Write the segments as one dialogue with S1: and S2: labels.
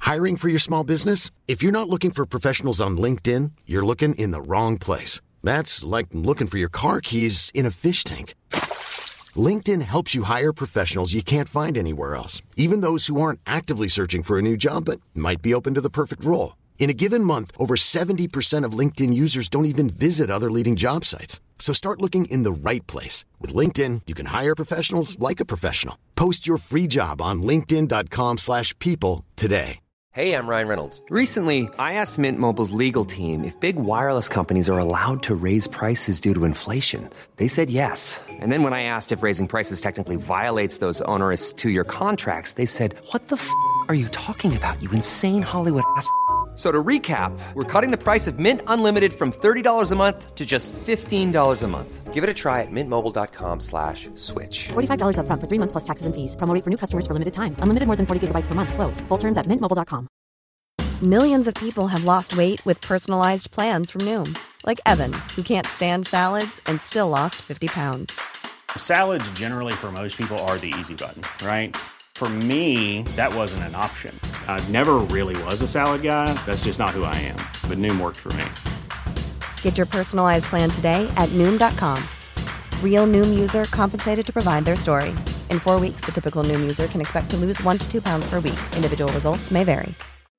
S1: Hiring for your small business? If you're not looking for professionals on LinkedIn, you're looking in the wrong place. That's like looking for your car keys in a fish tank. LinkedIn helps you hire professionals you can't find anywhere else, even those who aren't actively searching for a new job but might be open to the perfect role. In a given month, over 70% of LinkedIn users don't even visit other leading job sites. So start looking in the right place. With LinkedIn, you can hire professionals like a professional. Post your free job on linkedin.com/people today.
S2: Hey, I'm Ryan Reynolds. Recently, I asked Mint Mobile's legal team if big wireless companies are allowed to raise prices due to inflation. They said yes. And then when I asked if raising prices technically violates those onerous two-year contracts, they said, "What the f*** are you talking about, you insane Hollywood ass?" So to recap, we're cutting the price of Mint Unlimited from $30 a month to just $15 a month. Give it a try at mintmobile.com/switch.
S3: $45 up front for 3 months plus taxes and fees. Promo rate for new customers for limited time. Unlimited more than 40 gigabytes per month. Slows full terms at mintmobile.com.
S4: Millions of people have lost weight with personalized plans from Noom. Like Evan, who can't stand salads and still lost 50 pounds.
S5: Salads generally for most people are the easy button, right? For me, that wasn't an option. I never really was a salad guy. That's just not who I am. But Noom worked for me.
S4: Get your personalized plan today at Noom.com. Real Noom user compensated to provide their story. In 4 weeks, the typical Noom user can expect to lose 1 to 2 pounds per week. Individual results may vary.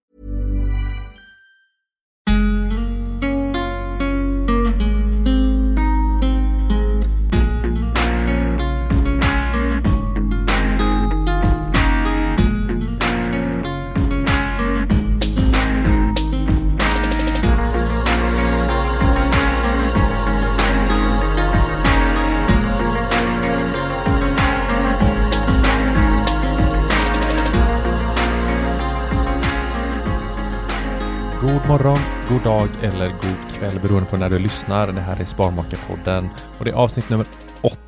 S6: God morgon, god dag eller god kväll beroende på när du lyssnar. Det här är Sparmakarpodden och det är avsnitt nummer 80.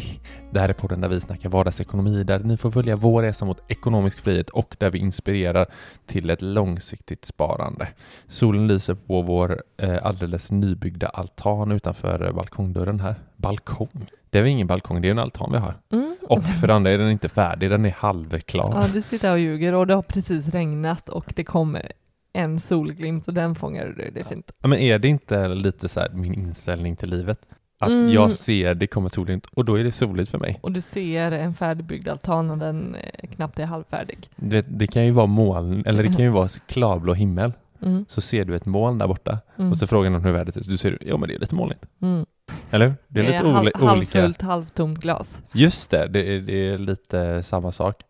S6: Det här är podden där vi snackar vardagsekonomi, där ni får följa vår resa mot ekonomisk frihet och där vi inspirerar till ett långsiktigt sparande. Solen lyser på vår alldeles nybyggda altan utanför balkongdörren här. Balkong? Det är väl ingen balkong, det är en altan vi har. Och för andra är den inte färdig, den är halvklar.
S7: Ja, du sitter och ljuger och det har precis regnat och det kommer en solglimt och den fångar du, det är fint.
S6: Men är det inte lite så här min inställning till livet? Att jag ser det kommer solglimt och då är det soligt för mig.
S7: Och du ser en färdigbyggd altan och den knappt är halvfärdig.
S6: Det kan ju vara moln, eller det kan ju vara klarblå himmel. Så ser du ett moln där borta och så frågar någon hur vädret är. Du ser, ja men det är lite molnigt. Eller? Det är lite olika.
S7: Halvfullt, halvtomt glas.
S6: Just det är lite samma sak.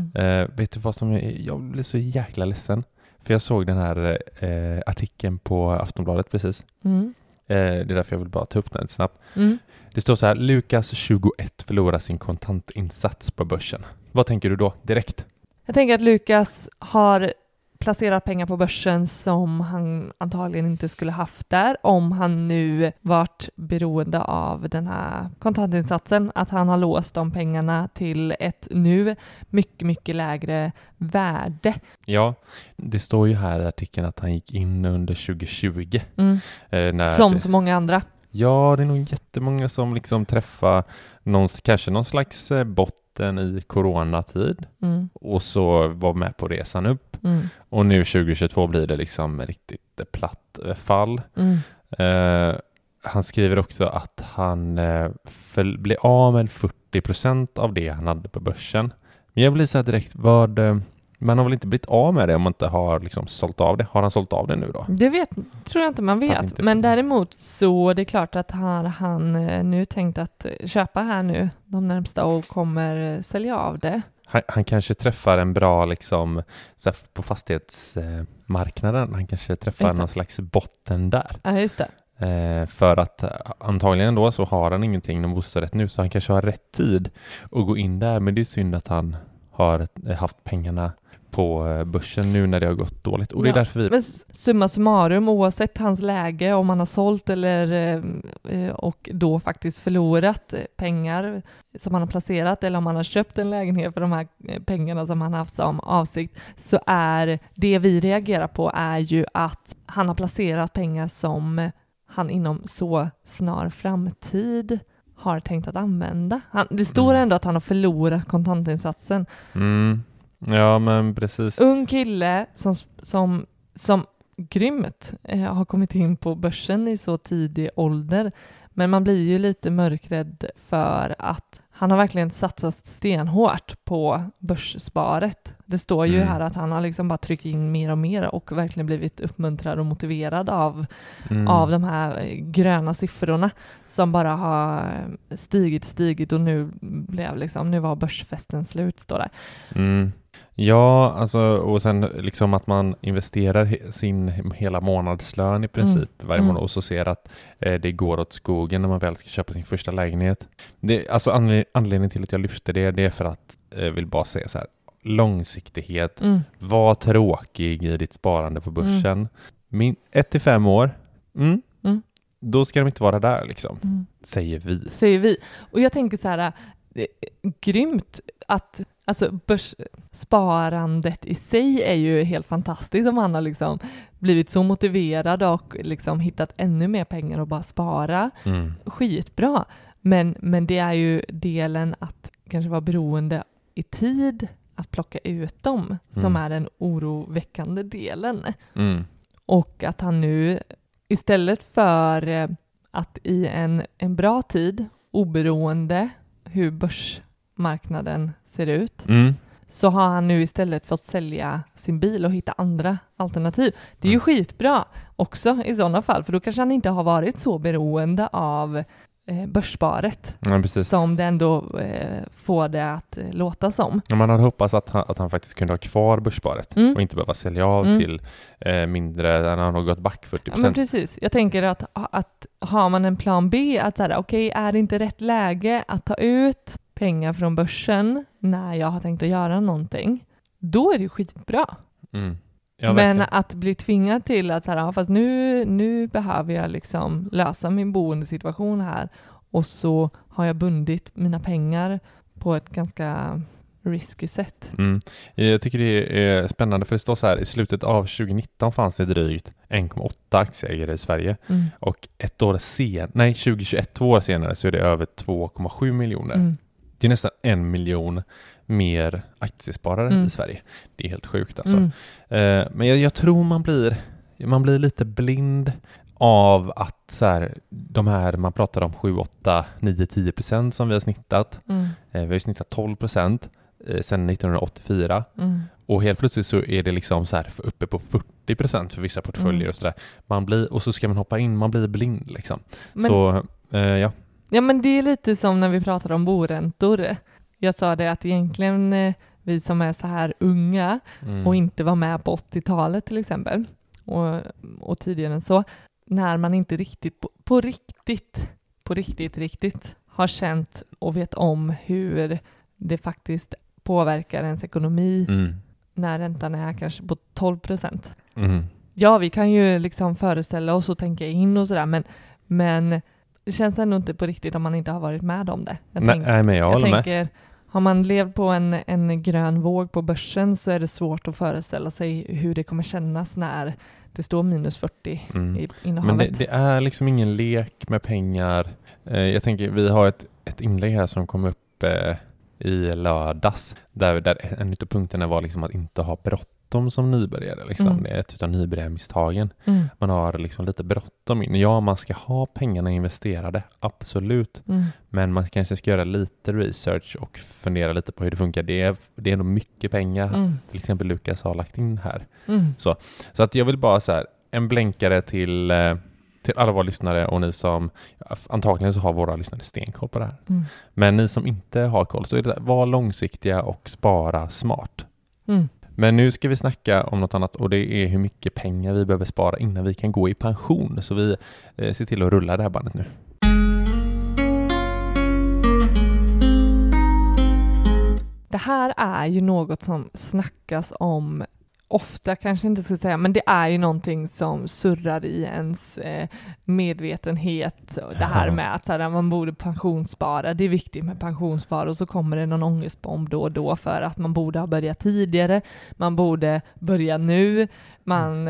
S6: Vet du vad som jag blir så jäkla ledsen. För jag såg den här artikeln på Aftonbladet precis. Det är därför jag vill bara ta upp den snabbt. Det står så här: Lukas 21 förlorar sin kontantinsats på börsen. Vad tänker du då direkt?
S7: Jag tänker att Lukas har placerat pengar på börsen som han antagligen inte skulle haft där om han nu varit beroende av den här kontantinsatsen. Att han har låst de pengarna till ett nu mycket, mycket lägre värde. Ja,
S6: det står ju här i artikeln att han gick in under 2020.
S7: Som så många andra.
S6: Ja, det är nog jättemånga som liksom träffar kanske någon slags botten i coronatid och så var med på resan upp. Och nu 2022 blir det liksom riktigt platt fall. Han skriver också att han blir av med 40% av det han hade på börsen. Men jag blir så här direkt, man har väl inte blivit av med det om man inte har liksom sålt av det. Har han sålt av det nu då?
S7: Det tror jag inte man vet. Men däremot så det är klart att han nu tänkt att köpa här nu de närmsta och kommer sälja av det.
S6: Han kanske träffar en bra liksom så här, på fastighetsmarknaden. Han kanske träffar någon slags botten där.
S7: Ja, just det.
S6: För att antagligen då så har han ingenting någon bostadsrätt nu, så han kanske har rätt tid att gå in där. Men det är synd att han har haft pengarna på börsen nu när det har gått dåligt. Och det är därför vi...
S7: Men summa summarum, oavsett hans läge, om han har sålt eller och då faktiskt förlorat pengar som han har placerat, eller om han har köpt en lägenhet för de här pengarna som han har haft som avsikt, så är det vi reagerar på är ju att han har placerat pengar som han inom så snar framtid har tänkt att använda. Det står ändå att han har förlorat kontantinsatsen.
S6: Ja, men precis.
S7: Ung kille som grymt har kommit in på börsen i så tidig ålder. Men man blir ju lite mörkrädd för att han har verkligen satsat stenhårt på börssparet. Det står ju här att han har liksom bara tryckt in mer och mer och verkligen blivit uppmuntrad och motiverad av de här gröna siffrorna som bara har stigit och nu var börsfesten slut, står det.
S6: Ja, alltså, och sen liksom att man investerar sin hela månadslön i princip varje månad och så ser att det går åt skogen när man väl ska köpa sin första lägenhet. Alltså anledningen till att jag lyfter det är för att jag vill bara säga så här, långsiktighet, var tråkig i ditt sparande på börsen. 1-5 år, då ska de inte vara där liksom, säger vi.
S7: Och jag tänker så här, grymt att alltså börssparandet i sig är ju helt fantastiskt om man har liksom blivit så motiverad och liksom hittat ännu mer pengar och bara spara. Skitbra. Men det är ju delen att kanske vara beroende i tid att plocka ut dem som är den oroväckande delen. Och att han nu istället för att i en bra tid, oberoende hur börsmarknaden ser ut, så har han nu istället fått sälja sin bil och hitta andra alternativ. Det är ju skitbra också i sådana fall, för då kanske han inte har varit så beroende av börssparet som det ändå får det att låta som.
S6: Man hade hoppats att han faktiskt kunde ha kvar börssparet och inte behöva sälja av till mindre än han har gått back 40%.
S7: Ja, men precis. Jag tänker att har man en plan B, att okej, är det inte rätt läge att ta ut pengar från börsen när jag har tänkt att göra någonting, då är det skitbra. Ja, men verkligen. Att bli tvingad till att fast nu behöver jag liksom lösa min boendesituation här och så har jag bundit mina pengar på ett ganska risky sätt. Jag tycker det är spännande för det står så här, i slutet av 2019 fanns det drygt 1,8 aktieägare i Sverige och 2021, 2 år senare, så är det över 2,7 miljoner. Det är nästan 1 miljon mer aktiesparare i Sverige. Det är helt sjukt alltså. Men jag tror man blir lite blind av att så här, de här man pratar om 7, 8, 9, 10% som vi har snittat. Vi har ju snittat 12% sedan 1984. Och helt plötsligt så är det liksom så här uppe på 40% för vissa portföljer och sådär. Och så ska man hoppa in, man blir blind liksom. Men, så ja. Ja, men det är lite som när vi pratar om boräntor. Jag sa det att egentligen vi som är så här unga och inte var med på 80-talet till exempel och tidigare än så, när man inte riktigt på riktigt har känt och vet om hur det faktiskt påverkar ens ekonomi när räntan är kanske på 12%. Ja, vi kan ju liksom föreställa oss och tänka in och sådär, men det känns ändå inte på riktigt om man inte har varit med om det. Jag tänker, har man levt på en grön våg på börsen så är det svårt att föreställa sig hur det kommer kännas när det står minus 40 i innehavet.
S6: Men det är liksom ingen lek med pengar. Jag tänker, vi har ett inlägg här som kom upp i lördags där en av punkterna var liksom att inte ha bråttom som nybörjare. Liksom. Det är ett av nybörjarmisstagen. Man har liksom lite bråttom in. Ja, man ska ha pengarna investerade, absolut. Men man kanske ska göra lite research och fundera lite på hur det funkar. Det är nog mycket pengar. Till exempel Lukas har lagt in här. Så att jag vill bara så här, en blänkare till alla våra lyssnare och ni som antagligen så har våra lyssnare stenkoll på det här. Men ni som inte har koll så är det var långsiktiga och spara smart. Men nu ska vi snacka om något annat och det är hur mycket pengar vi behöver spara innan vi kan gå i pension. Så vi ser till att rulla det här bandet nu.
S7: Det här är ju något som snackas om ofta, kanske inte ska säga, men det är ju någonting som surrar i ens medvetenhet. Det här med att man borde pensionsspara, det är viktigt med pensionsspara, och så kommer det någon ångestbomb då och då för att man borde ha börjat tidigare, man borde börja nu, man.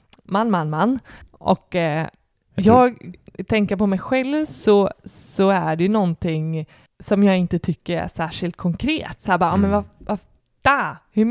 S7: Och jag tänker på mig själv så är det ju någonting som jag inte tycker är särskilt konkret. Så här bara, men veta hur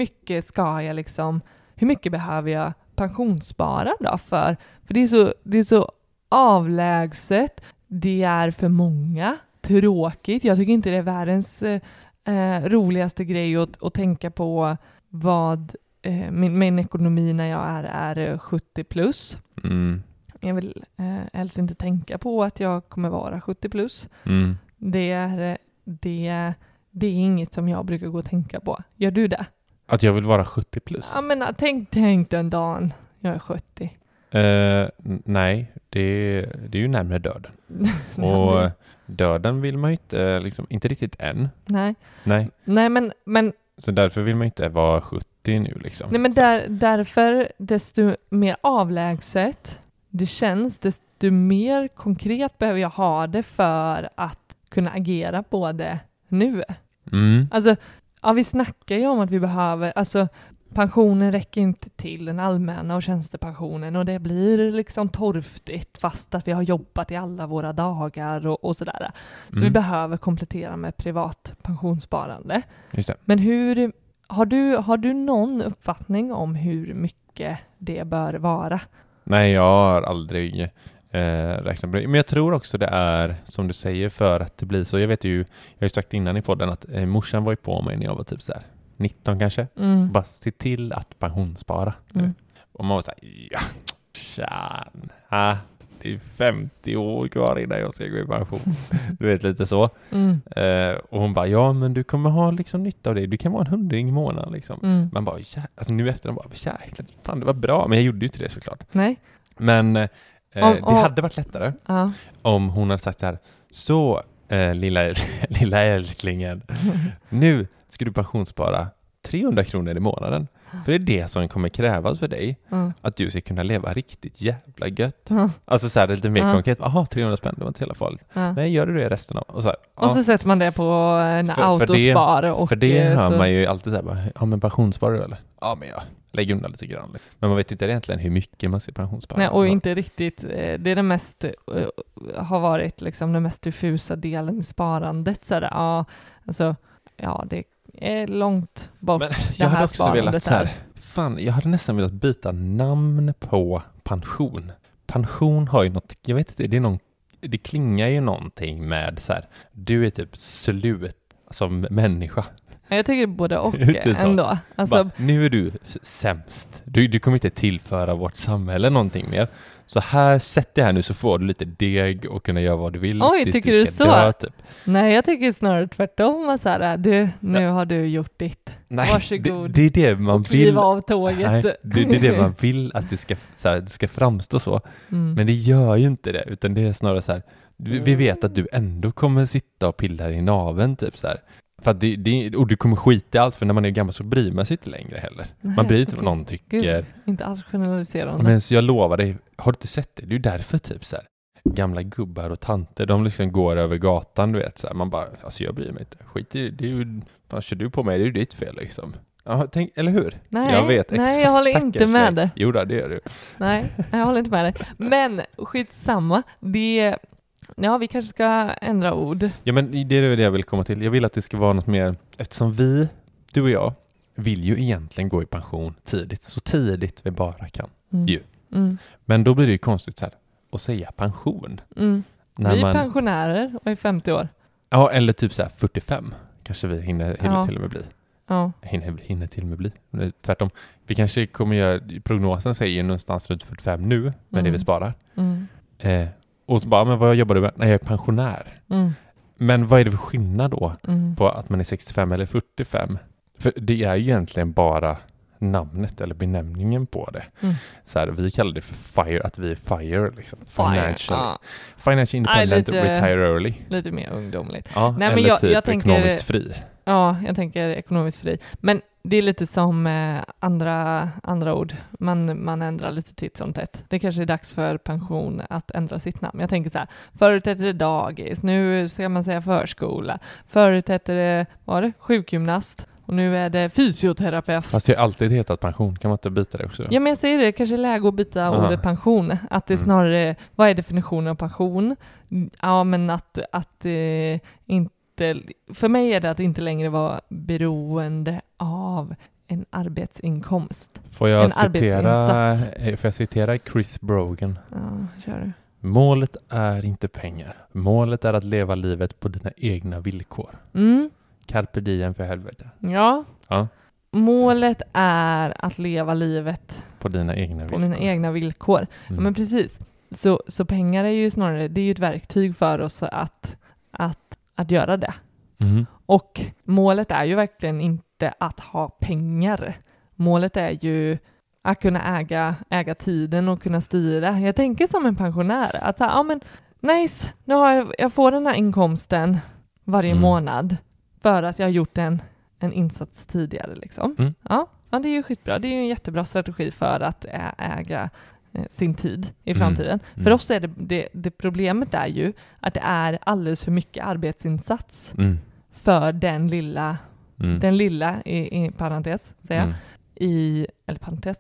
S7: mycket behöver jag pensionsspara då för det är så avlägset, det är för många, tråkigt. Jag tycker inte det är världens roligaste grej att tänka på vad min ekonomi när jag är 70 plus. Jag vill helst inte tänka på att jag kommer vara 70 plus. Det är inget som jag brukar gå och tänka på. Gör du det?
S6: Att jag vill vara 70 plus?
S7: Ja, men tänk den dagen jag är 70.
S6: Nej, det är ju närmare döden. Och döden vill man ju inte, liksom, inte riktigt än.
S7: Nej, men
S6: så därför vill man inte vara 70 nu liksom.
S7: Nej, men därför desto mer avlägset det känns, desto mer konkret behöver jag ha det för att kunna agera på det nu. Alltså, ja, vi snackar ju om att vi behöver, alltså pensionen räcker inte till den allmänna och tjänstepensionen och det blir liksom torftigt fast att vi har jobbat i alla våra dagar och sådär. Så vi behöver komplettera med privat pensionssparande.
S6: Just det.
S7: Men har du någon uppfattning om hur mycket det bör vara?
S6: Nej, jag har aldrig räknat på det. Men jag tror också det är, som du säger, för att det blir så. Jag vet ju, jag har ju sagt innan i podden att morsan var ju på mig när jag var typ så här 19 kanske. Bara se till att pensionsspara. Och man var så här, det är 50 år kvar innan jag ska gå i pension. Du vet, lite så. Och hon bara, ja men du kommer ha liksom nytta av det. Du kan vara 100 i månaden liksom. Man bara, alltså nu efter bara, jäklar, fan det var bra. Men jag gjorde ju inte det såklart.
S7: Nej.
S6: Men det hade varit lättare om hon hade sagt så här, så lilla älsklingen, nu ska du pensionsspara 300 kronor i månaden. För det är det som kommer krävas för dig. Att du ska kunna leva riktigt jävla gött. Alltså så här lite mer konkret. 300 spänn, det var inte så jävla farligt. Nej, gör du det resten av. Och så sätter man det på en autospar. För det hör man ju alltid så här. Ja, men pensionssparar du eller? Ja, men jag lägger undan lite grann. Men man vet inte egentligen hur mycket man ska pensionsspara. Nej, och inte riktigt. Det är det mest, har varit liksom den mest diffusa delen i sparandet. Så här, det är långt bort. Men jag hade också velat så här, jag hade nästan velat byta namn på pension. Pension har ju något, jag vet inte, det klingar ju någonting med så här, du är typ slut som människa. Jag tycker både och ändå. Alltså, nu är du sämst. Du kommer inte tillföra vårt samhälle någonting mer. Så här, sätt det här nu så får du lite deg och kunna göra vad du vill. Oj, tycker du så? Dö, typ. Nej, jag tycker snarare tvärtom. Så här, nu har du gjort ditt. Nej, varsågod. Det är det man vill. Kliva av tåget. Nej, det är det man vill att det ska framstå så. Men det gör ju inte det. Utan det är snarare så här, vi vet att du ändå kommer sitta och pilla i naveln typ så här. För att och du kommer skita i allt, för när man är gammal så bryr man sig inte längre heller. Nej, man bryr inte vad någon tycker. Gud, inte alls generaliserande. Men så jag lovar dig, har du inte sett det? Det är ju därför typ så här, gamla gubbar och tanter, de liksom går över gatan, du vet så här, man bara, alltså jag bryr mig inte. Skit i det, är ju, vad kör du på mig? Det är ju ditt fel liksom. Ja, eller hur? Nej, jag vet exakt. Nej, jag håller inte med dig. Jo, det gör du. Nej, jag håller inte med dig. Men skitsamma, ja, vi kanske ska ändra ord. Ja, men det är det jag vill komma till. Jag vill att det ska vara något mer, eftersom du och jag, vill ju egentligen gå i pension tidigt. Så tidigt vi bara kan. Men då blir det ju konstigt så här, att säga pension. När vi är pensionärer och är 50 år. Ja, eller typ så här 45 kanske vi hinner till och med bli. Ja. Hinner till och med bli. Tvärtom. Vi kanske kommer göra, prognosen säger ju någonstans runt 45 nu, med det vi sparar. Och så bara, men vad jobbar du med? Nej, jag är pensionär. Men vad är det för skillnad då på att man är 65 eller 45? För det är ju egentligen bara namnet eller benämningen på det. Så här, vi kallar det för FIRE, att vi är FIRE liksom. Financial independent, retire early. Lite mer ungdomligt. Ja, nej, eller men jag tänker ekonomiskt fri. Ja, jag tänker ekonomiskt fri. Men det är lite som andra ord. Man ändrar lite titt som tätt. Det kanske är dags för pension att ändra sitt namn. Jag tänker så här, förut hette det dagis, nu ska man säga förskola. Förut hette det, sjukgymnast. Och nu är det fysioterapeut. Fast det har alltid hetat pension. Kan man inte byta det också? Ja, men jag säger det. Kanske är läge att byta ordet pension. Att det snarare, vad är definitionen av pension? Ja, men att inte
S7: inte, för mig är det att inte längre vara beroende av en arbetsinkomst.
S6: Får jag citera Chris Brogan?
S7: Ja, kör du.
S6: Målet är inte pengar. Målet är att leva livet på dina egna villkor. Carpe diem för helvete.
S7: Ja.
S6: Ja.
S7: Målet är att leva livet
S6: på dina egna villkor.
S7: Mina egna villkor. Ja, men precis. Så pengar är ju snarare, det är ju ett verktyg för oss att göra det. Och målet är ju verkligen inte att ha pengar. Målet är ju att kunna äga tiden och kunna styra. Jag tänker som en pensionär att så här, ja men nice, nu har jag får den här inkomsten varje månad för att jag har gjort en insats tidigare liksom. Ja, det är ju skitbra. Det är ju en jättebra strategi för att äga sin tid i framtiden. För oss är det problemet är ju att det är alldeles för mycket arbetsinsats för den lilla i parentes, säger jag, eller parentes,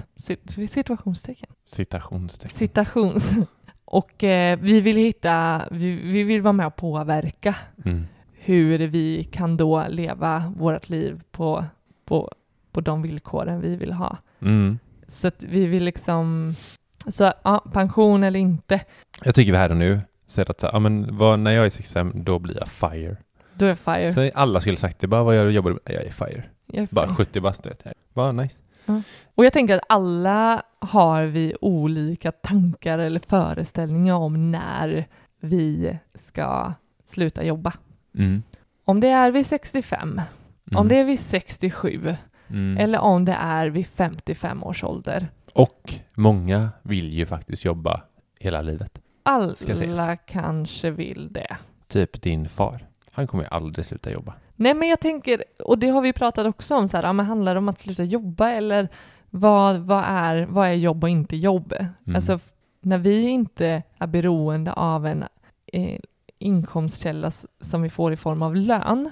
S7: citationstecken. Och vi vill vara med och påverka hur vi kan då leva vårt liv på de villkoren vi vill ha. Så att vi vill liksom, så ja, pension eller inte.
S6: Jag tycker vi här och nu säger att när jag är 65 då blir jag FIRE.
S7: Då är FIRE.
S6: Så alla skulle sagt det, bara vad jag jobbar med, jag är FIRE. Bara 70 bast. Bara nice.
S7: Och jag tänker att alla har vi olika tankar eller föreställningar om när vi ska sluta jobba. Om det är vid 65, om det är vid 67 eller om det är vid 55 års ålder.
S6: Och många vill ju faktiskt jobba hela livet.
S7: Alla kanske vill det.
S6: Typ din far. Han kommer ju aldrig sluta jobba.
S7: Nej, men jag tänker, och det har vi pratat också om, så här, men handlar det om att sluta jobba eller vad är jobb och inte jobb? Alltså när vi inte är beroende av en inkomstkälla som vi får i form av lön,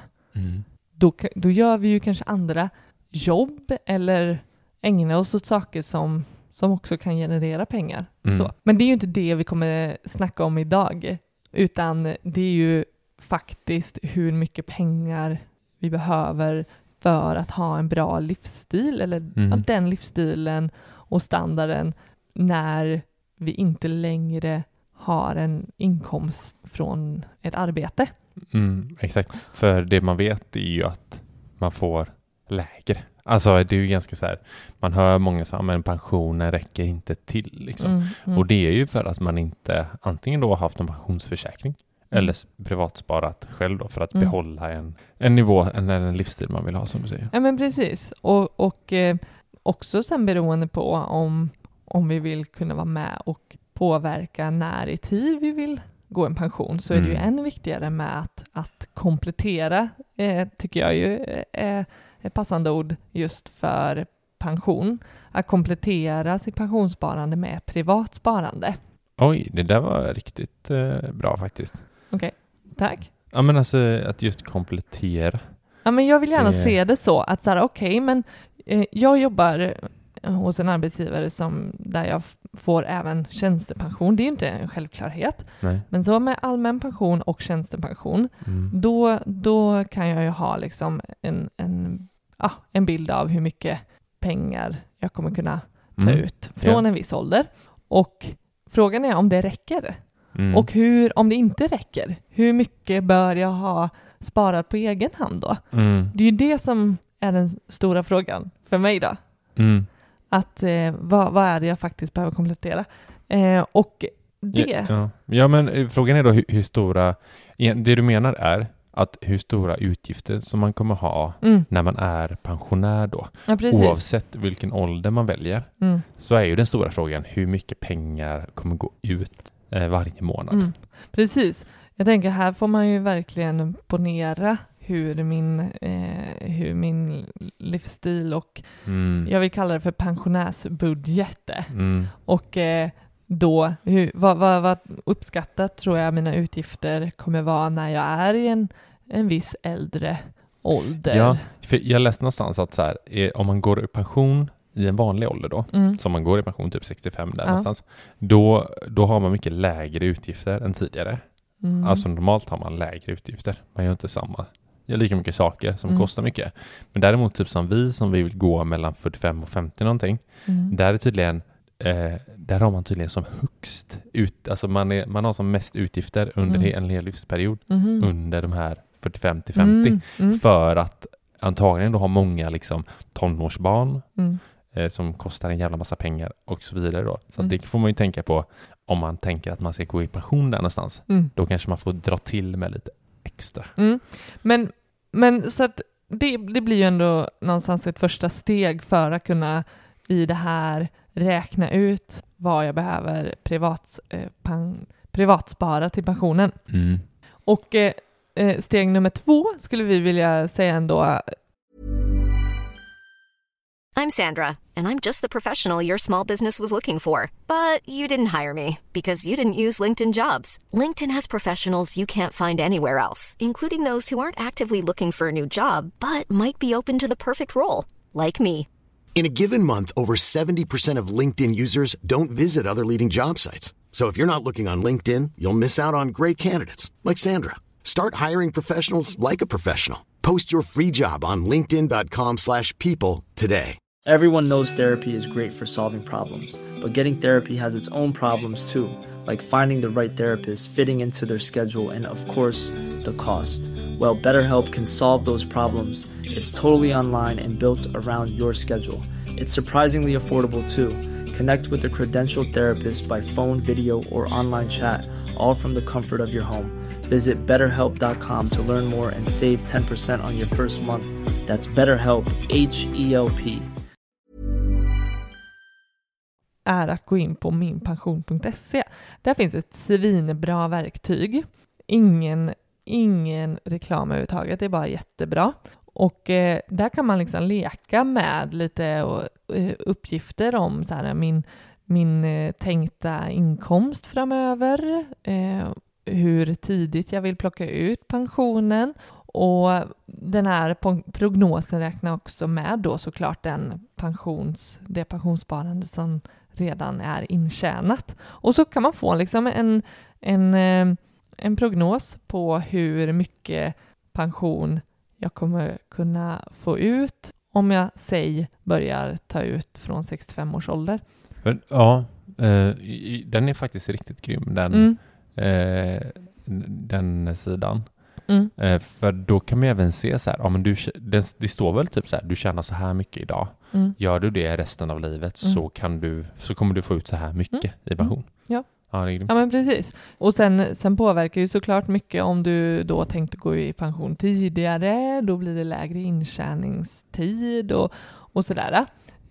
S7: då gör vi ju kanske andra jobb eller ägnar oss åt saker som också kan generera pengar. Så. Men det är ju inte det vi kommer snacka om idag, utan det är ju faktiskt hur mycket pengar vi behöver för att ha en bra livsstil eller den livsstilen och standarden när vi inte längre har en inkomst från ett arbete.
S6: Exakt. För det man vet är ju att man får lägre. Alltså det är ju ganska så här, man hör många säga men pensionen räcker inte till liksom. Och det är ju för att man inte antingen då har haft en pensionsförsäkring eller privatsparat själv då för att behålla en nivå, en livsstil man vill ha, som du säger. Ja,
S7: men precis. Och också sen beroende på om vi vill kunna vara med och påverka när i tid vi vill gå en pension, så är det ju ännu viktigare med att komplettera, tycker jag ju är ett passande ord just för pension. Att komplettera sitt pensionssparande med privatsparande.
S6: Oj, det där var riktigt bra faktiskt.
S7: Okej, tack.
S6: Ja, men alltså att just komplettera.
S7: Ja, men jag vill gärna se det så att så här, okej, men jag jobbar hos en arbetsgivare där jag får även tjänstepension. Det är ju inte en självklarhet.
S6: Nej.
S7: Men så med allmän pension och tjänstepension, då kan jag ju ha liksom en bild av hur mycket pengar jag kommer kunna ta ut från en viss ålder. Och frågan är om det räcker. Och om det inte räcker, hur mycket bör jag ha sparat på egen hand då? Det är ju det som är den stora frågan för mig då. Att vad är det jag faktiskt behöver komplettera? Och det...
S6: Ja, men frågan är då hur stora... Det du menar är att hur stora utgifter som man kommer ha när man är pensionär då.
S7: Ja,
S6: oavsett vilken ålder man väljer. Så är ju den stora frågan hur mycket pengar kommer gå ut varje månad.
S7: Precis. Jag tänker här får man ju verkligen ponera hur min livsstil och jag vill kalla det för pensionärsbudget. Och då vad uppskattat tror jag mina utgifter kommer vara när jag är i en viss äldre ålder.
S6: Ja, för jag läste någonstans att så här, om man går i pension i en vanlig ålder då, som man går i pension typ 65 där någonstans, då har man mycket lägre utgifter än tidigare. Alltså normalt har man lägre utgifter. Man gör inte lika mycket saker som kostar mycket. Men däremot typ som vi vill gå mellan 45 och 50 någonting. Där är tydligen där har man tydligen som högst alltså man har som mest utgifter under en hel livsperiod under de här 45 till 50 för att antagligen då har många liksom tonårsbarn som kostar en jävla massa pengar och så vidare då. Så att det får man ju tänka på om man tänker att man ska gå i pension där någonstans. Då kanske man får dra till med lite extra.
S7: Men så att det blir ju ändå någonstans ett första steg för att kunna i det här räkna ut vad jag behöver privatspara till pensionen. Och steg nummer 2 skulle vi vilja säga ändå.
S8: I'm Sandra, and I'm just the professional your small business was looking for. But you didn't hire me because you didn't use LinkedIn Jobs. LinkedIn has professionals you can't find anywhere else, including those who aren't actively looking for a new job, but might be open to the perfect role, like me.
S1: In a given month, over 70% of LinkedIn users don't visit other leading job sites. So if you're not looking on LinkedIn, you'll miss out on great candidates like Sandra. Start hiring professionals like a professional. Post your free job on linkedin.com/people today.
S9: Everyone knows therapy is great for solving problems, but getting therapy has its own problems too, like finding the right therapist, fitting into their schedule, and of course, the cost. Well, BetterHelp can solve those problems. It's totally online and built around your schedule. It's surprisingly affordable too. Connect with a credentialed therapist by phone, video, or online chat, all from the comfort of your home. Visit BetterHelp.com to learn more and save 10% on your first month. That's BetterHelp, H-E-L-P.
S7: Är att gå in på minpension.se. Där finns ett svinbra verktyg. Ingen reklam överhuvudtaget, det är bara jättebra. Och där kan man liksom leka med lite uppgifter om så här, min tänkta inkomst framöver. Hur tidigt jag vill plocka ut pensionen. Och den här prognosen räknar också med då såklart det pensionssparande som redan är intjänat. Och så kan man få liksom en prognos på hur mycket pension jag kommer kunna få ut om jag börjar ta ut från 65 års ålder.
S6: Ja, den är faktiskt riktigt grym, den sidan. För då kan man även se så här, ja, men det står väl typ så här, du tjänar så här mycket idag. Gör du det resten av livet så kommer du få ut så här mycket i pension.
S7: Ja.
S6: Ja, det är grymt.
S7: Ja, men precis. Och sen påverkar ju såklart mycket om du då tänkte gå i pension tidigare. Då blir det lägre intjäningstid och sådär.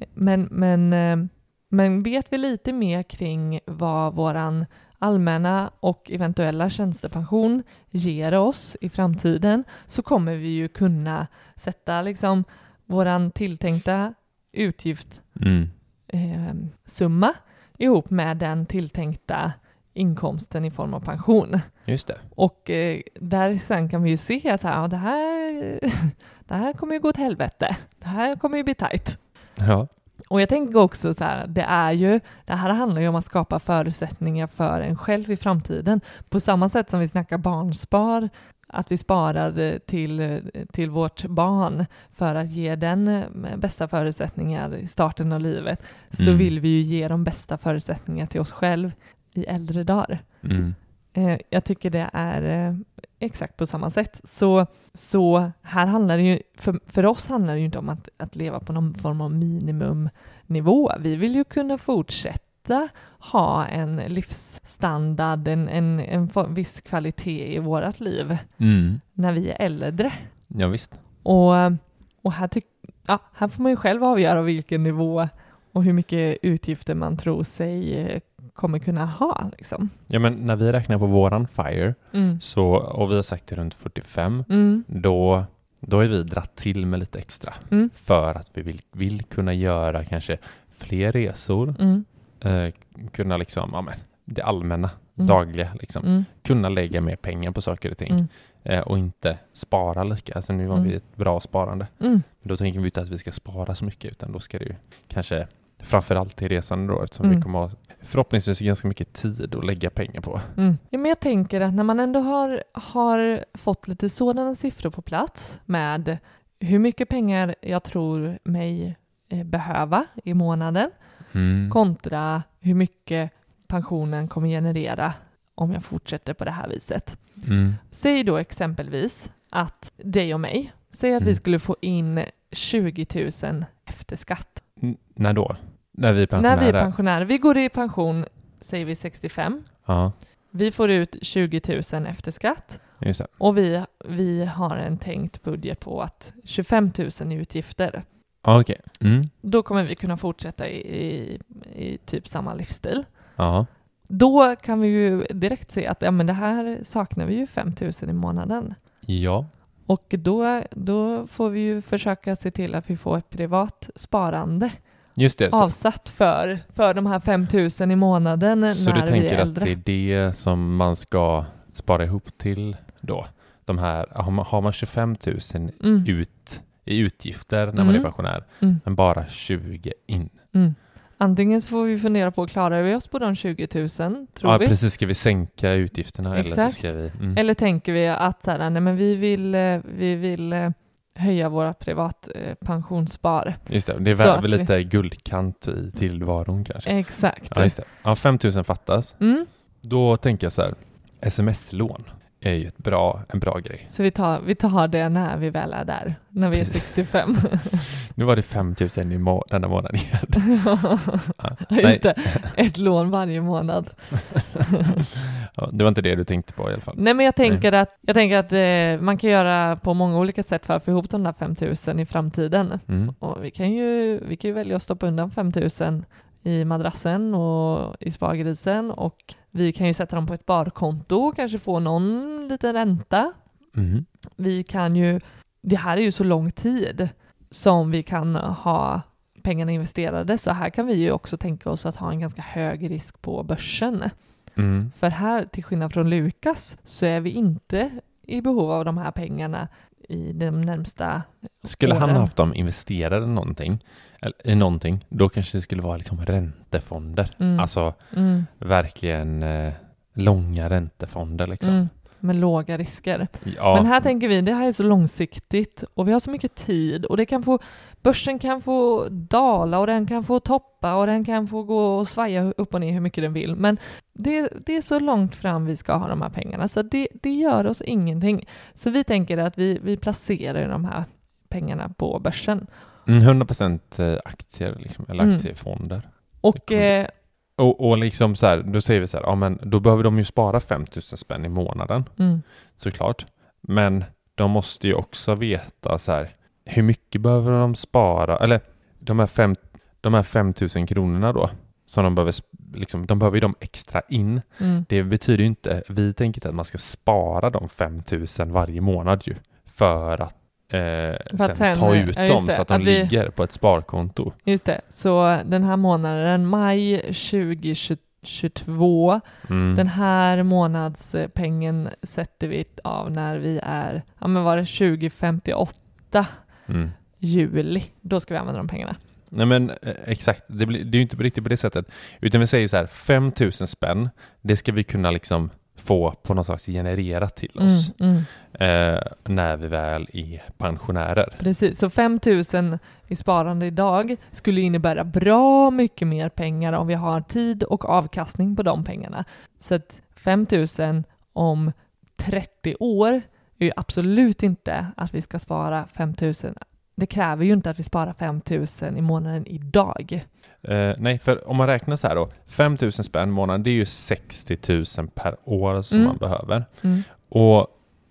S7: Men vet vi lite mer kring vad våran allmänna och eventuella tjänstepension ger oss i framtiden, så kommer vi ju kunna sätta liksom våran tilltänkta utgiftssumma ihop med den tilltänkta inkomsten i form av pension.
S6: Just det.
S7: Och där sen kan vi ju se att ja, det här kommer ju gå åt helvete. Det här kommer ju bli tajt.
S6: Ja.
S7: Och jag tänker också så här, det här handlar ju om att skapa förutsättningar för en själv i framtiden. På samma sätt som vi snackar barnspar, att vi sparar till vårt barn för att ge den bästa förutsättningar i starten av livet, så vill vi ju ge de bästa förutsättningar till oss själv i äldre dagar. Jag tycker det är exakt på samma sätt. Så här handlar det ju, för oss handlar det ju inte om att leva på någon form av minimumnivå. Vi vill ju kunna fortsätta ha en livsstandard, en viss kvalitet i vårat liv när vi är äldre.
S6: Ja, visst.
S7: Och här får man ju själv avgöra vilken nivå och hur mycket utgifter man tror sig kommer kunna ha. Liksom.
S6: Ja, men när vi räknar på våran FIRE och vi har sagt till runt 45, då är vi dratt till med lite extra för att vi vill kunna göra kanske fler resor, kunna liksom, det allmänna, dagliga, liksom, kunna lägga mer pengar på saker och ting och inte spara lika. Alltså nu har vi ett bra sparande. Då tänker vi inte att vi ska spara så mycket, utan då ska det ju kanske framförallt till resan då, eftersom vi kommer ha förhoppningsvis ganska mycket tid att lägga pengar på.
S7: Ja, men jag tänker att när man ändå har fått lite sådana siffror på plats med hur mycket pengar jag tror mig behöva i månaden kontra hur mycket pensionen kommer generera om jag fortsätter på det här viset. Säg då exempelvis att dig och mig, säg att vi skulle få in 20 000 efter skatt.
S6: När då? När vi är pensionärer?
S7: När vi är pensionärer. Vi går i pension, säger vi 65.
S6: Ja.
S7: Vi får ut 20 000 efter skatt.
S6: Just det.
S7: Och vi har en tänkt budget på att 25 000 i utgifter.
S6: Okej.
S7: Då kommer vi kunna fortsätta i typ samma livsstil.
S6: Ja.
S7: Då kan vi ju direkt se att men det här saknar vi ju 5 000 i månaden.
S6: Ja.
S7: Och då får vi ju försöka se till att vi får ett privat sparande.
S6: Just det.
S7: Avsatt för de här 5 000 i månaden
S6: så
S7: när vi är äldre. Så du tänker
S6: att det är det som man ska spara ihop till då? De här, har man 25 000 ut i utgifter när man är pensionär, men bara 20 in.
S7: Antingen så får vi fundera på, klarar vi oss på de 20 000, tror vi?
S6: Ja, precis. Ska vi sänka utgifterna?
S7: Exakt.
S6: Eller så ska vi...
S7: Eller tänker vi att nej, men vi vill höja våra privat pensionsspar.
S6: Just det, det är väl lite guldkant i tillvaron kanske.
S7: Exakt.
S6: Ja, just det. Ja, 5 000 fattas. Då tänker jag så här, sms-lån är ju en bra grej.
S7: Så vi tar det när vi väl är där, när vi är 65.
S6: Nu var det 5 000 denna månad igen.
S7: Just det, ett lån varje månad.
S6: Ja, det var inte det du tänkte på i alla fall.
S7: Nej, men jag tänker att man kan göra på många olika sätt för att få ihop de där 5 000 i framtiden. Och vi kan ju välja att stoppa undan 5 000 i madrassen och i spargrisen, och vi kan ju sätta dem på ett sparkonto och kanske få någon liten ränta. Vi kan ju, det här är ju så lång tid som vi kan ha pengarna investerade, så här kan vi ju också tänka oss att ha en ganska hög risk på börsen. För här, till skillnad från Lukas, så är vi inte i behov av de här pengarna i de närmsta
S6: Skulle
S7: åren.
S6: han haft dem investerade i någonting, då kanske det skulle vara liksom räntefonder. Alltså verkligen långa räntefonder liksom.
S7: Med låga risker.
S6: Ja.
S7: Men här tänker vi, det här är så långsiktigt och vi har så mycket tid, och börsen kan få dala och den kan få toppa och den kan få gå och svaja upp och ner hur mycket den vill. Men det är så långt fram vi ska ha de här pengarna, så det gör oss ingenting. Så vi tänker att vi placerar de här pengarna på börsen.
S6: 100% aktier liksom, eller aktiefonder. Och liksom så här, då säger vi så här, ja men då behöver de ju spara 5 000 spänn i månaden. Såklart. Men de måste ju också veta så här, hur mycket behöver de spara, eller de här 5 000 kronorna då som de behöver liksom, de behöver ju de extra in. Det betyder ju inte, vi tänker att man ska spara de 5 000 varje månad ju, för att sen ta ut dem så att de ligger på ett sparkonto. Just det.
S7: Så den här månaden, maj 2022, den här månadspengen sätter vi av när vi är, var det 2058 juli. Då ska vi använda de pengarna.
S6: Nej men exakt, det är ju inte riktigt på det sättet. Utan vi säger så här, 5 000 spänn, det ska vi kunna liksom få på något slags genererat till oss när vi väl är pensionärer.
S7: Precis, så 5 000 i sparande idag skulle innebära bra mycket mer pengar om vi har tid och avkastning på de pengarna. Så att 5 000 om 30 år är ju absolut inte att vi ska spara 5 000. Det kräver ju inte att vi sparar 5 000 i månaden idag.
S6: Nej, för om man räknar så här då, 5 000 spänn månaden, det är ju 60 000 per år som man behöver. Och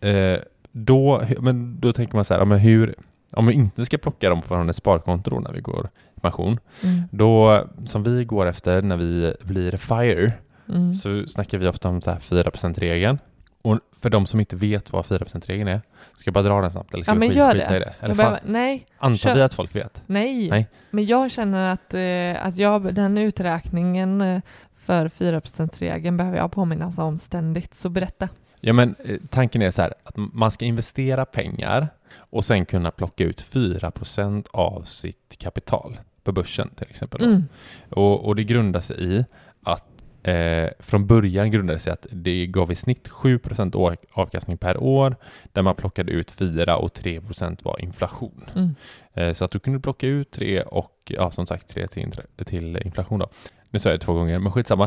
S6: då tänker man så här, men hur, om vi inte ska plocka dem från ett sparkonto när vi går i pension, då som vi går efter när vi blir FIRE, så snackar vi ofta om så här 4%-regeln. Och för de som inte vet vad 4%-regeln är, ska jag bara dra den snabbt? Eller ska vi skita i det? Eller
S7: nej.
S6: Antar vi att folk vet?
S7: Nej. Men jag känner att den uträkningen för 4%-regeln behöver jag påminnas om ständigt. Så berätta.
S6: Ja, men tanken är så här, att man ska investera pengar och sen kunna plocka ut 4% av sitt kapital på börsen till exempel. Och det grundar sig i att från början grundade sig att det gav i snitt 7% avkastning per år, där man plockade ut 4 och 3% var inflation. Så att du kunde plocka ut 3 och som sagt 3 till inflation då. Nu sa jag det 2 gånger, men skitsamma.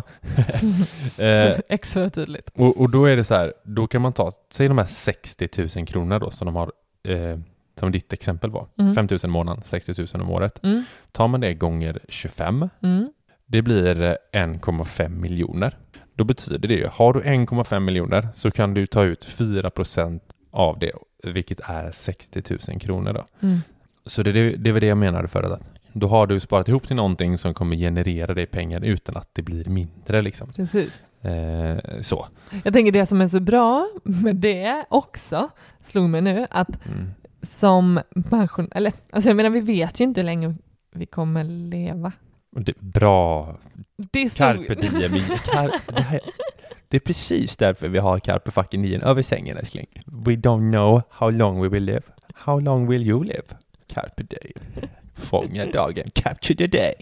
S7: Extra tydligt.
S6: Och då är det så här, då kan man ta, säg de här 60 000 kronor då som de har, som ditt exempel var. 5 000 i månaden, 60 000 om året. Tar man det gånger 25, det blir 1,5 miljoner. Då betyder det ju, har du 1,5 miljoner så kan du ta ut 4% av det, vilket är 60 000 kronor då. Så det var det jag menade förra dagen. Då har du sparat ihop till någonting som kommer generera dig pengar utan att det blir mindre liksom.
S7: Precis.
S6: Så.
S7: Jag tänker det som är så bra med det också, slog mig nu, att som pension, eller alltså jag menar vi vet ju inte hur länge vi kommer leva.
S6: Bra.
S7: Det
S6: Carpe diem. Det är precis därför vi har carpe fucking diem över sängen, älskling. We don't know how long we will live. How long will you live? Carpe diem. Fånga dagen. Capture the day.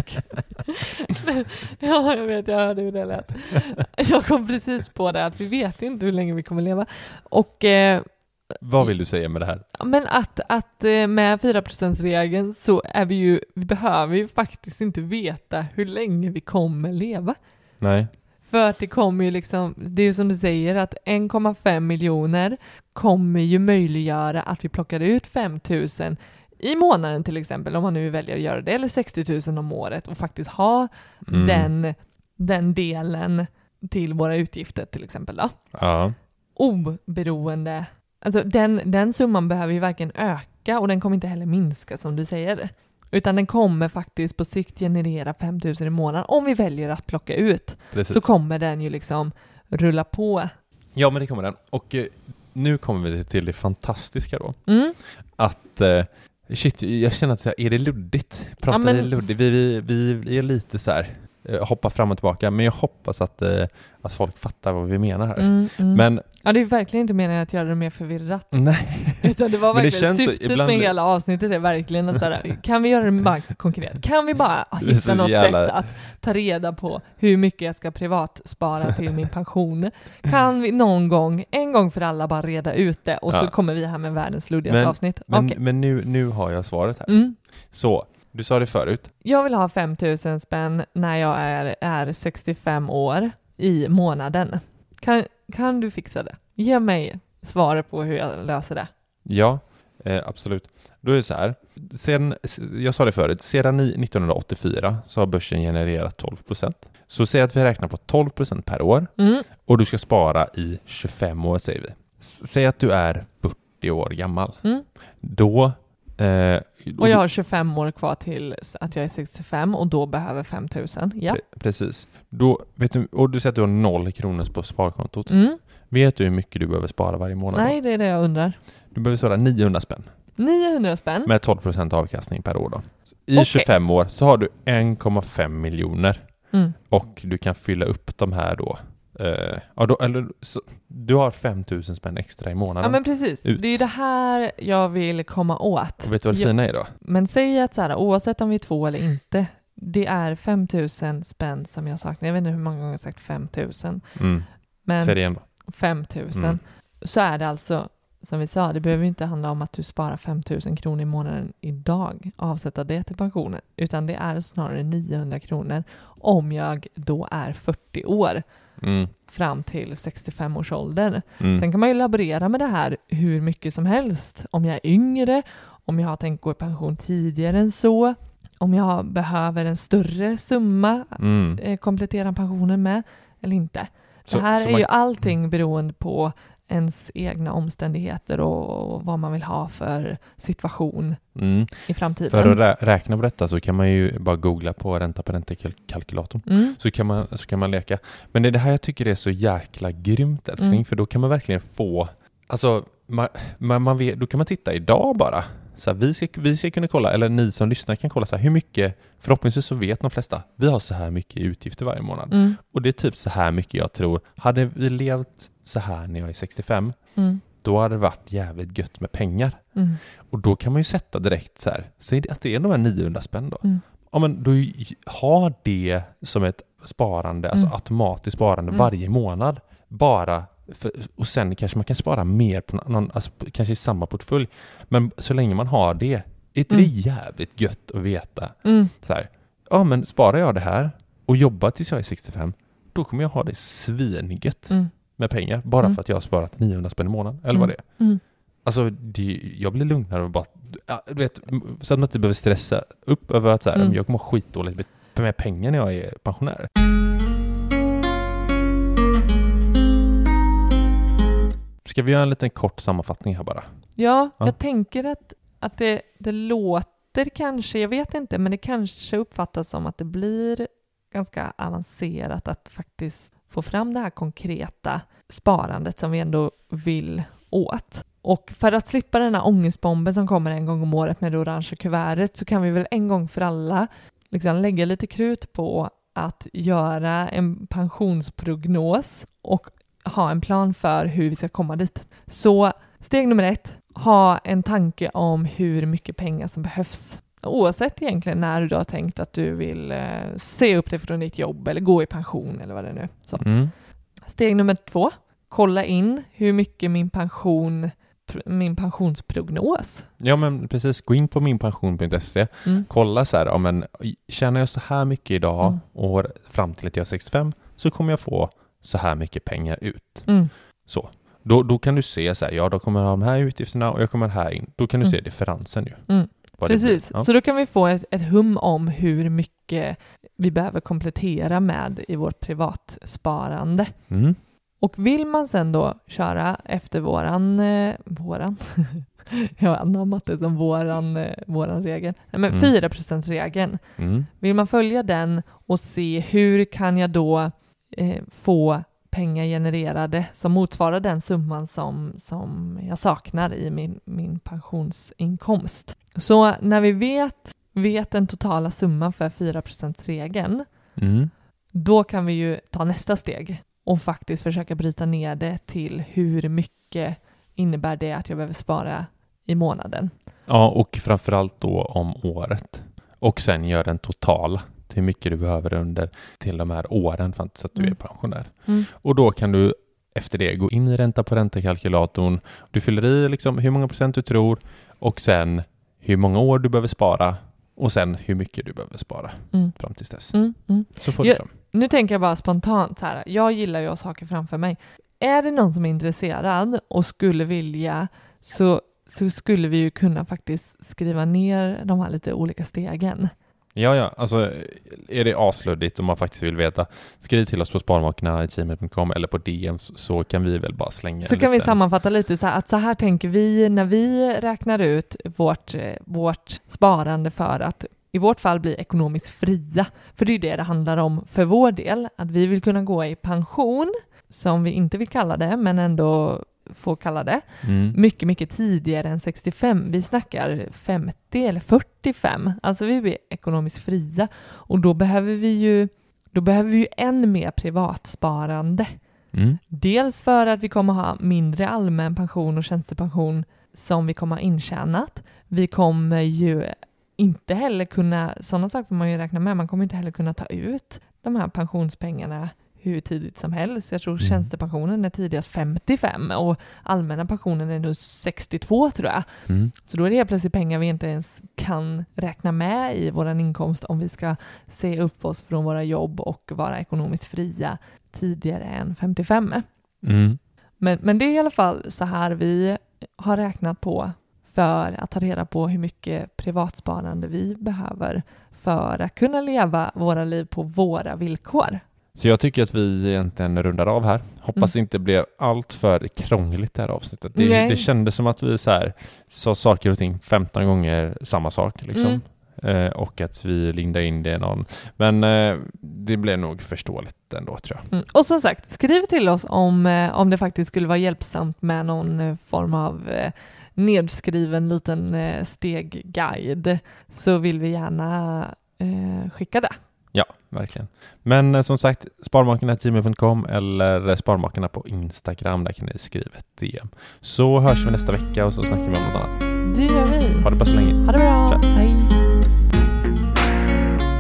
S7: Ja, jag vet. Jag hörde hur det lät. Jag kom precis på det att vi vet inte hur länge vi kommer leva. Och
S6: vad vill du säga med det här?
S7: Men att med 4%-regeln så är vi behöver ju faktiskt inte veta hur länge vi kommer leva.
S6: Nej.
S7: För att det kommer ju liksom, det är ju som du säger att 1,5 miljoner kommer ju möjliggöra att vi plockar ut 5 000 i månaden till exempel, om man nu väljer att göra det, eller 60 000 om året och faktiskt ha den delen till våra utgifter till exempel då.
S6: Ja.
S7: Oberoende. Alltså den summan behöver ju varken öka och den kommer inte heller minska som du säger. Utan den kommer faktiskt på sikt generera 5 000 i månaden. Om vi väljer att plocka ut. Precis. Så kommer den ju liksom rulla på.
S6: Ja, men det kommer den. Och nu kommer vi till det fantastiska då. Att shit, jag känner att är det luddigt? Pratar vi luddigt? Vi är lite så här hoppa fram och tillbaka, men jag hoppas att folk fattar vad vi menar här. Men
S7: ja, det är verkligen inte meningen att göra det mer förvirrat.
S6: Nej.
S7: Utan det var verkligen syftet med hela avsnittet är verkligen att såhär, kan vi göra det bara konkret? Kan vi bara hitta något sätt att ta reda på hur mycket jag ska privat spara till min pension? Kan vi en gång för alla bara reda ut det och så kommer vi här med världens luddigaste avsnitt.
S6: Men nu har jag svaret här. Så, du sa det förut.
S7: Jag vill ha 5 000 spänn när jag är 65 år i månaden. Kan du fixa det? Ge mig svaret på hur jag löser det.
S6: Ja, absolut. Då är det så här. Jag sa det förut. Sedan 1984 så har börsen genererat 12%. Så säg att vi räknar på 12% per år. Och du ska spara i 25 år, säger vi. Säg att du är 40 år gammal. Då...
S7: och jag har 25 år kvar till att jag är 65 och då behöver 5 000. Ja.
S6: Precis. Då, vet du, och du säger att du har 0 kronor på sparkontot. Vet du hur mycket du behöver spara varje månad?
S7: Nej, det är det jag undrar.
S6: Du behöver spara 900 spänn.
S7: 900 spänn?
S6: Med 12% avkastning per år då. I 25 år så har du 1,5 miljoner. Och du kan fylla upp de här då. Du har 5 000 spänn extra i månaden.
S7: Ja, men precis. Det är ju det här jag vill komma åt.
S6: Och vet du vad det fina är då?
S7: Men säg att så här, oavsett om vi är 2 eller inte, det är 5 000 spänn som jag saknar. Jag vet inte hur många gånger jag har sagt 5 000. Men
S6: säg det igen då.
S7: 5 000. Så är det alltså, som vi sa, det behöver ju inte handla om att du sparar 5 000 kronor i månaden idag, avsätta det till pensionen, utan det är snarare 900 kronor om jag då är 40 år fram till 65 års ålder. Sen kan man ju laborera med det här hur mycket som helst. Om jag är yngre, om jag har tänkt gå i pension tidigare än så, om jag behöver en större summa komplettera pensionen med eller inte. Det här är ju allting beroende på ens egna omständigheter och vad man vill ha för situation i framtiden.
S6: För att räkna på detta så kan man ju bara googla på ränta på räntekalkylatorn. Så kan man leka. Men det är det här jag tycker är så jäkla grymt, älskling. För då kan man verkligen få... Alltså, man vet, då kan man titta idag bara. Så här, vi ska kunna kolla, eller ni som lyssnar kan kolla så här, hur mycket, förhoppningsvis så vet de flesta, vi har så här mycket utgifter varje månad. Och det är typ så här mycket jag tror, hade vi levt så här när jag är 65, då hade det varit jävligt gött med pengar. Och då kan man ju sätta direkt så här, säg att det är de här 900 spänn då. ja, men då ha det som ett sparande, alltså automatiskt sparande varje månad. Bara och sen kanske man kan spara mer på någon, alltså kanske i samma portfölj. Men så länge man har det, är det jävligt gött att veta. Så här, ja men sparar jag det här och jobbar tills jag är 65, då kommer jag ha det svingött med pengar. Bara för att jag har sparat 900 spänn i månaden. Eller vad det är. Alltså jag blir lugnare och bara, du vet, så att man inte behöver stressa upp över att så här, jag kommer ha skitdåligt med pengar när jag är pensionär. Ska vi göra en liten kort sammanfattning här bara?
S7: Ja. Jag tänker att det låter kanske, jag vet inte, men det kanske uppfattas som att det blir ganska avancerat att faktiskt få fram det här konkreta sparandet som vi ändå vill åt. Och för att slippa den här ångestbomben som kommer en gång om året med det orangea kuvertet, så kan vi väl en gång för alla liksom lägga lite krut på att göra en pensionsprognos och ha en plan för hur vi ska komma dit. Så steg nummer 1, ha en tanke om hur mycket pengar som behövs. Oavsett egentligen när du har tänkt att du vill se upp dig från ditt jobb eller gå i pension eller vad det nu är. Så. Steg nummer 2, kolla in hur mycket min pensionsprognos.
S6: Ja men precis, gå in på minpension.se. Kolla så här, ja, men tjänar jag så här mycket idag och fram till att jag är 65 så kommer jag få så här mycket pengar ut. Så. Då kan du se så här, ja då kommer jag ha de här utgifterna och jag kommer här in. Då kan du se differensen ju.
S7: Precis, så då kan vi få ett hum om hur mycket vi behöver komplettera med i vårt privatsparande. Och vill man sen då köra efter våran jag har anammat det som våran regel. Nej, men 4%-regeln. Vill man följa den och se hur kan jag då få pengar genererade som motsvarar den summan som jag saknar i min pensionsinkomst. Så när vi vet den totala summan för 4%-regeln, då kan vi ju ta nästa steg och faktiskt försöka bryta ner det till hur mycket innebär det att jag behöver spara i månaden. Ja,
S6: och framförallt då om året. Och sen gör den totala hur mycket du behöver under till de här åren så att du är pensionär. Och då kan du efter det gå in i ränta på räntekalkylatorn. Du fyller i liksom hur många procent du tror och sen hur många år du behöver spara och sen hur mycket du behöver spara fram till dess. Så får du fram.
S7: Nu tänker jag bara spontant så här. Jag gillar ju att ha saker framför mig. Är det någon som är intresserad och skulle vilja så skulle vi ju kunna faktiskt skriva ner de här lite olika stegen.
S6: Ja, alltså är det asluddigt om man faktiskt vill veta, skriv till oss på sparmakarna@gmail.com eller på DM så kan vi väl bara slänga.
S7: Så kan vi sammanfatta lite så här, att så här tänker vi när vi räknar ut vårt sparande för att i vårt fall bli ekonomiskt fria. För det är det handlar om för vår del, att vi vill kunna gå i pension, som vi inte vill kalla det, men ändå får kalla det, mycket, mycket tidigare än 65. Vi snackar 50 eller 45. Alltså vi blir ekonomiskt fria. Och då behöver vi ju än mer privatsparande. Dels för att vi kommer ha mindre allmän pension och tjänstepension som vi kommer ha intjänat. Vi kommer ju inte heller kunna, sådana saker får man ju räkna med, man kommer inte heller kunna ta ut de här pensionspengarna hur tidigt som helst. Jag tror tjänstepensionen är tidigast 55 och allmänna pensionen är nu 62 tror jag. Så då är det helt plötsligt pengar vi inte ens kan räkna med i våran inkomst om vi ska se upp oss från våra jobb och vara ekonomiskt fria tidigare än 55. Men det är i alla fall så här vi har räknat på för att ta reda på hur mycket privatsparande vi behöver för att kunna leva våra liv på våra villkor.
S6: Så jag tycker att vi egentligen rundar av här. Hoppas inte blev allt för krångligt det här avsnittet. Det kändes som att vi så här sa saker och ting 15 gånger samma sak liksom. Och att vi lindade in det någon. Men det blev nog förståeligt ändå tror jag.
S7: Och som sagt, skriv till oss om det faktiskt skulle vara hjälpsamt med någon form av nedskriven liten stegguide, så vill vi gärna skicka det.
S6: Ja, verkligen. Men som sagt, sparmakarna@gmail.com eller sparmakarna på Instagram, där kan ni skriva ett DM. Så hörs vi nästa vecka och så snackar vi om något annat.
S7: Det gör vi.
S6: Ha det bra så länge.
S7: Ha det bra.
S6: Tja.
S7: Hej.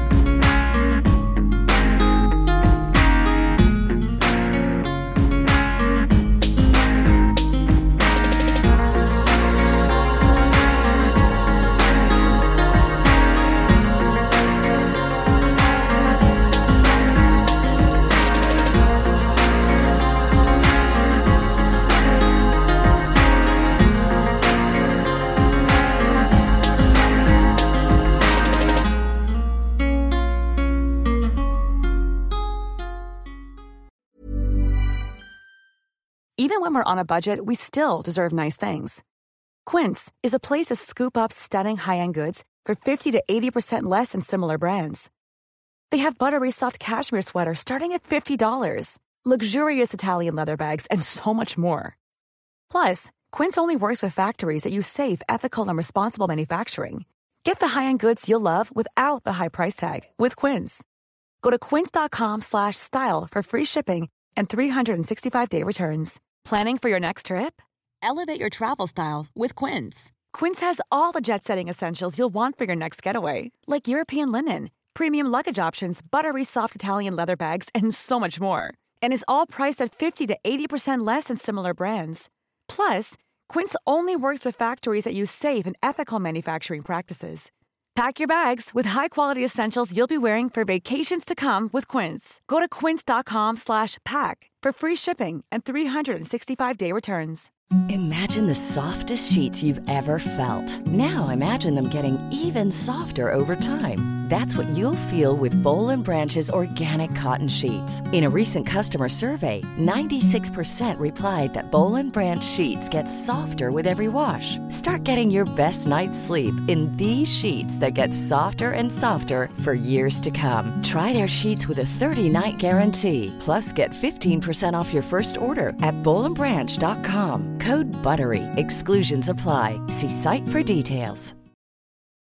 S10: Even when we're on a budget, we still deserve nice things. Quince is a place to scoop up stunning high-end goods for 50 to 80% less than similar brands. They have buttery soft cashmere sweaters starting at $50, luxurious Italian leather bags, and so much more. Plus, Quince only works with factories that use safe, ethical, and responsible manufacturing. Get the high-end goods you'll love without the high price tag with Quince. Go to quince.com/style for free shipping and 365-day returns. Planning for your next trip? Elevate your travel style with Quince. Quince has all the jet-setting essentials you'll want for your next getaway, like European linen, premium luggage options, buttery soft Italian leather bags, and so much more. And is all priced at 50 to 80% less than similar brands. Plus, Quince only works with factories that use safe and ethical manufacturing practices. Pack your bags with high-quality essentials you'll be wearing for vacations to come with Quince. Go to quince.com/pack for free shipping and 365-day returns.
S11: Imagine the softest sheets you've ever felt. Now imagine them getting even softer over time. That's what you'll feel with Boll & Branch's organic cotton sheets. In a recent customer survey, 96% replied that Boll & Branch sheets get softer with every wash. Start getting your best night's sleep in these sheets that get softer and softer for years to come. Try their sheets with a 30-night guarantee. Plus, get 15% off your first order at bollandbranch.com. Code BUTTERY. Exclusions apply. See site for details.